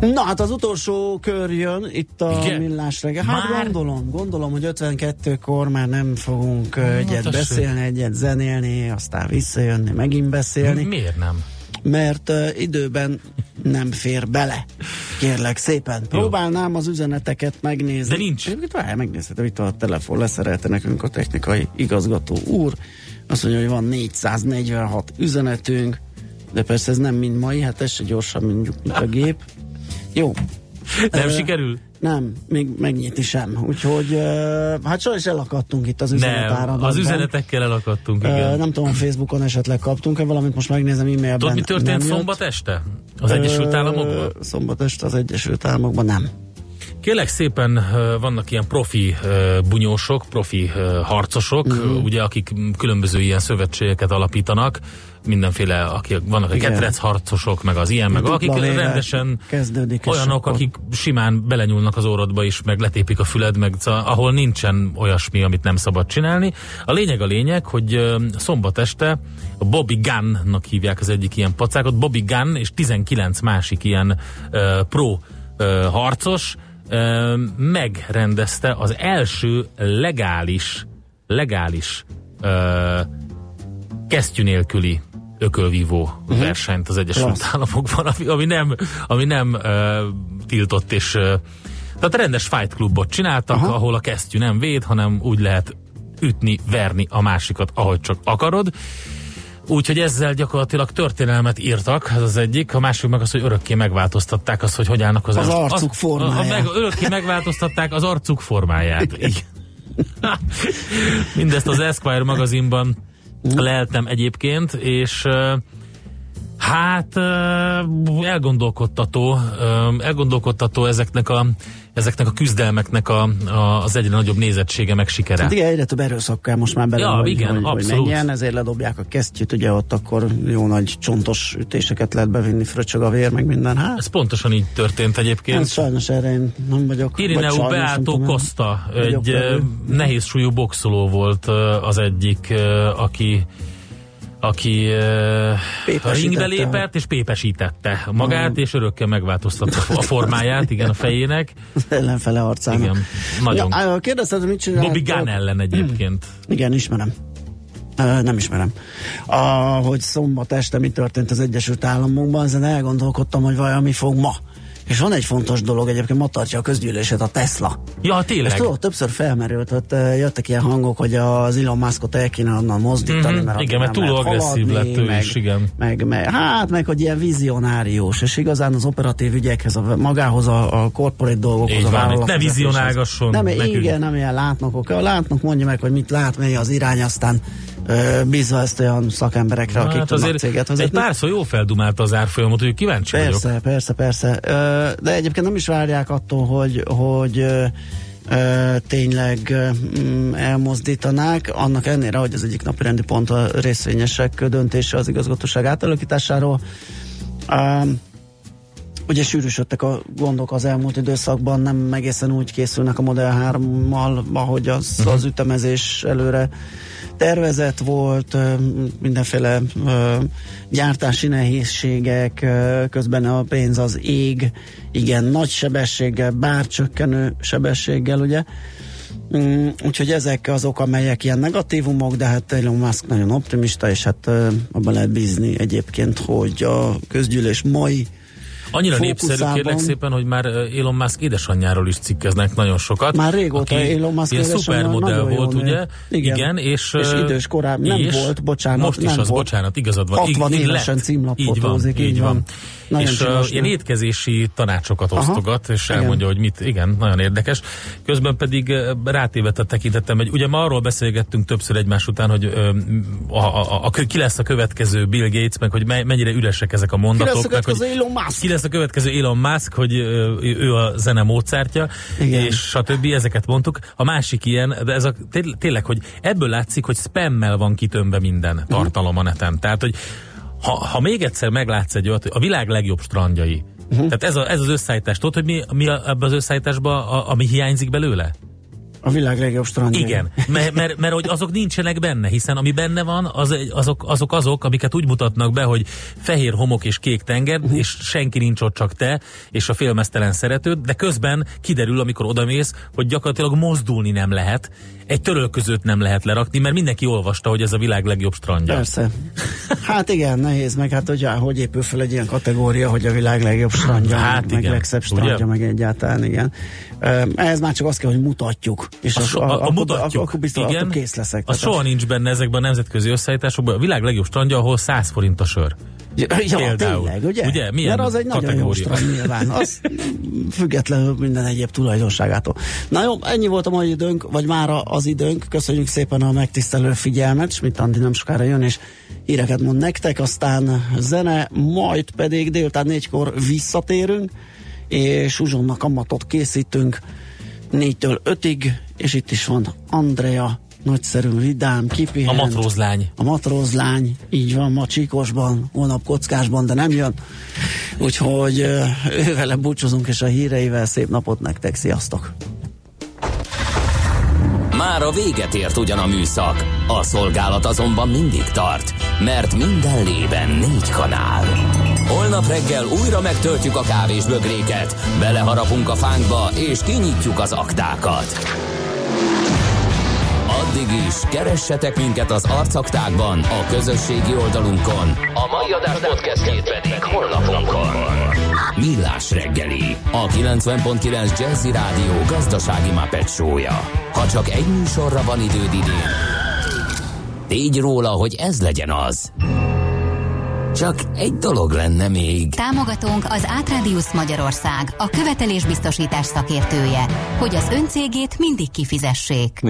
Na hát az utolsó kör jön itt a Igen? Millás reggel. Hát Már? gondolom, gondolom, hogy ötvenkettőkor már nem fogunk uh, egyet tessék. beszélni, egyet zenélni, aztán visszajönni, megint beszélni. Miért nem? Mert uh, időben nem fér bele. Kérlek szépen. Próbálnám az üzeneteket megnézni. De nincs. Egyébként várjál, megnézhetem, itt a telefon leszerelte nekünk a technikai igazgató úr. Azt mondja, hogy van négyszáznegyvenhat üzenetünk, de persze ez nem mind mai, hát ez se gyorsan, mint, mint a gép. Jó. Nem uh, sikerül? Nem, még megnyitni sem. Úgyhogy uh, hát sajnos elakadtunk itt az üzenetáradatban. Nem, az üzenetekkel elakadtunk, igen. Uh, nem tudom, Facebookon esetleg kaptunk-e valamit, most megnézem e-mailben. Tudod, mi történt szombat este? Az Egyesült Államokban? Uh, szombat este az Egyesült Államokban nem. Kérlek szépen, uh, vannak ilyen profi uh, bunyósok, profi uh, harcosok, uh-huh. ugye, akik különböző ilyen szövetségeket alapítanak, mindenféle, akik vannak a ketrec harcosok, meg az ilyen, meg Dupla akik véve rendesen olyanok, akkor. akik simán belenyúlnak az orrodba is, meg letépik a füled, meg szóval, ahol nincsen olyasmi, amit nem szabad csinálni. A lényeg a lényeg, hogy uh, szombat este a Bobby Gunn-nak hívják az egyik ilyen pacákot, Bobby Gunn és tizenkilenc másik ilyen uh, pro uh, harcos uh, megrendezte az első legális legális uh, kesztyű nélküli ökölvívó uh-huh. versenyt az Egyesült Klassz. Államokban, ami, ami nem, ami nem uh, tiltott, és uh, tehát rendes fight klubot csináltak, uh-huh. ahol a kesztyű nem véd, hanem úgy lehet ütni, verni a másikat, ahogy csak akarod. Úgyhogy ezzel gyakorlatilag történelmet írtak, ez az egyik, a másik meg az, hogy örökké megváltoztatták azt, hogy hogy állnak az, az arcuk formáját. A, a, meg, örökké megváltoztatták az arcuk formáját. Mindezt az Esquire magazinban leltem egyébként, és uh, hát uh, elgondolkodtató, uh, elgondolkodtató ezeknek a, ezeknek a küzdelmeknek a, a, az egyre nagyobb nézettsége meg sikere. Hát igen, egyre több erőszak kell most már bele, ja, hogy, igen, hogy, abszolút. hogy menjen, ezért ledobják a kesztyűt, ugye ott akkor jó nagy csontos ütéseket lehet bevinni, fröcsög a vér, meg minden. Hát, ez pontosan így történt egyébként. Hát sajnos erre én nem vagyok. Irineu Beato Costa, egy uh, nehéz súlyú boxoló volt uh, az egyik, uh, aki aki uh, a ringbe lépett, és pépesítette magát, uh-huh. és örökkel megváltoztatta a formáját, igen, a fejének. Az ellenfele arcának. Igen, nagyon. Ja, kérdezted, mit csináltok? Bobby Gunn ellen egyébként. Igen, ismerem. Uh, nem ismerem. Ahogy szombat este mi történt az Egyesült Államokban, ezen elgondolkodtam, hogy valami fog ma. És van egy fontos dolog, egyébként ma tartja a közgyűlését a Tesla. Ja, tényleg. És tudod, többször felmerült, hogy jöttek ilyen hangok, hogy az Elon Muskot el kéne onnan mozdítani, mm-hmm. mert igen, mert túl agresszív lett ő meg, is, igen. Meg, meg, hát, meg, hogy ilyen vizionárius, és igazán az operatív ügyekhez, a, magához a, a corporate dolgokhoz, így a vállalathoz. Ne vizionálgasson. Nem, igen, nem ilyen látnok, a látnok mondja meg, hogy mit lát, mely az irány, aztán bízva ezt olyan szakemberekre, akik hát tudnak céget vezetni. Egy párszor jó feldumálta az árfolyamot, hogy kíváncsi persze, vagyok. Persze, persze, persze. De egyébként nem is várják attól, hogy, hogy tényleg elmozdítanák, annak ennél, hogy az egyik napi rendi pont a részvényesek döntése az igazgatóság átalakításáról. Ugye sűrűsödtek a gondok az elmúlt időszakban, nem egészen úgy készülnek a Model hárommal, ahogy az, uh-huh. az ütemezés előre tervezett volt, mindenféle gyártási nehézségek, közben a pénz az ég, igen, nagy sebességgel, bár csökkenő sebességgel, ugye. Úgyhogy ezek azok, amelyek ilyen negatívumok, de hát Elon Musk nagyon optimista, és hát abban lehet bízni egyébként, hogy a közgyűlés mai annyira népszerű, kérlek szépen, hogy már Elon Musk édesanyjáról is cikkeznek nagyon sokat. Már régóta Elon Musk ilyen szupermodell volt, ugye? Igen. Igen, és, és idős korában nem volt, bocsánat. Most is nem az, volt. bocsánat, igazad van. hatvan évesen címlapfotózik, így, így van. van. És uh, ilyen étkezési tanácsokat osztogat, és igen. elmondja, hogy mit, igen, nagyon érdekes. Közben pedig uh, rátévetett tekintettem, hogy ugye ma arról beszélgettünk többször egymás után, hogy uh, a, a, a, ki lesz a következő Bill Gates, meg hogy mennyire üresek ezek a mondatok. Ki lesz a következő meg, Elon Musk? Ki lesz a következő Elon Musk, hogy uh, ő a zene Mozartja, és stb. Ezeket mondtuk. A másik ilyen, de ez a, tényleg, hogy ebből látszik, hogy spammel van kitömve minden tartalom a neten. Tehát, hogy ha, ha még egyszer meglátsz egy olyat, a világ legjobb strandjai. Uh-huh. Tehát ez, a, ez az összeállítás. Tudod, hogy mi, mi a, ebben az összeállításban, a, ami hiányzik belőle? A világ legjobb strandja. Igen, mert, mert, mert hogy azok nincsenek benne, hiszen ami benne van, az, azok, azok azok, amiket úgy mutatnak be, hogy fehér homok és kék tenger, uh-huh. és senki nincs ott, csak te, és a félmeztelen szeretőd, de közben kiderül, amikor odamész, hogy gyakorlatilag mozdulni nem lehet, egy törölközőt nem lehet lerakni, mert mindenki olvasta, hogy ez a világ legjobb strandja. Persze. Hát igen, nehéz, meg hát hogy, hogy épül fel egy ilyen kategória, hogy a világ legjobb strandja, hát meg, meg legszebb strandja, ugye? Meg egyáltalán, igen. Ehhez már csak azt kell, hogy mutatjuk. És a, az, so, a, a, a akkor, mutatjuk, akkor biztos, igen, akkor kész leszek. Az soha nincs benne ezekben a nemzetközi összeállításokban. A világ legjobb strandja, ahol száz forint a sör. Ja, ja tényleg, ugye? ugye? Milyen Mert az egy kategória? nagyon jó strand nyilván. Az függetlenül minden egyéb tulajdonságától. Na jó, ennyi volt a mai időnk, vagy mára az időnk. Köszönjük szépen a megtisztelő figyelmet. Schmidt Andi nem sokára jön, és híreket mond nektek, aztán zene, majd pedig délután négykor visszatérünk, és uzsonna kamatot készítünk négytől ötig, és itt is van Andrea, nagyszerű, vidám, kipihent. A matrózlány. A matrózlány, így van, ma Csíkosban, holnap Kockásban, de nem jön. Úgyhogy ővele búcsúzunk, és a híreivel szép napot nektek, sziasztok! Már a véget ért ugyan a műszak, a szolgálat azonban mindig tart, mert minden lében négy kanál. Holnap reggel újra megtöltjük a kávés bögréket, beleharapunk a fánkba, és kinyitjuk az aktákat. Addig is keressetek minket az arcaktákban, a közösségi oldalunkon. A mai adás podcastjét pedig honlapunkon. Millás reggeli, a kilencven pont kilenc Jazzy Rádió gazdasági Muppet show-ja. Ha csak egy műsorra van időd idén, tégy róla, hogy ez legyen az. Csak egy dolog lenne még. Támogatónk az Átradius Magyarország, a követelésbiztosítás szakértője, hogy az öncégét mindig kifizessék.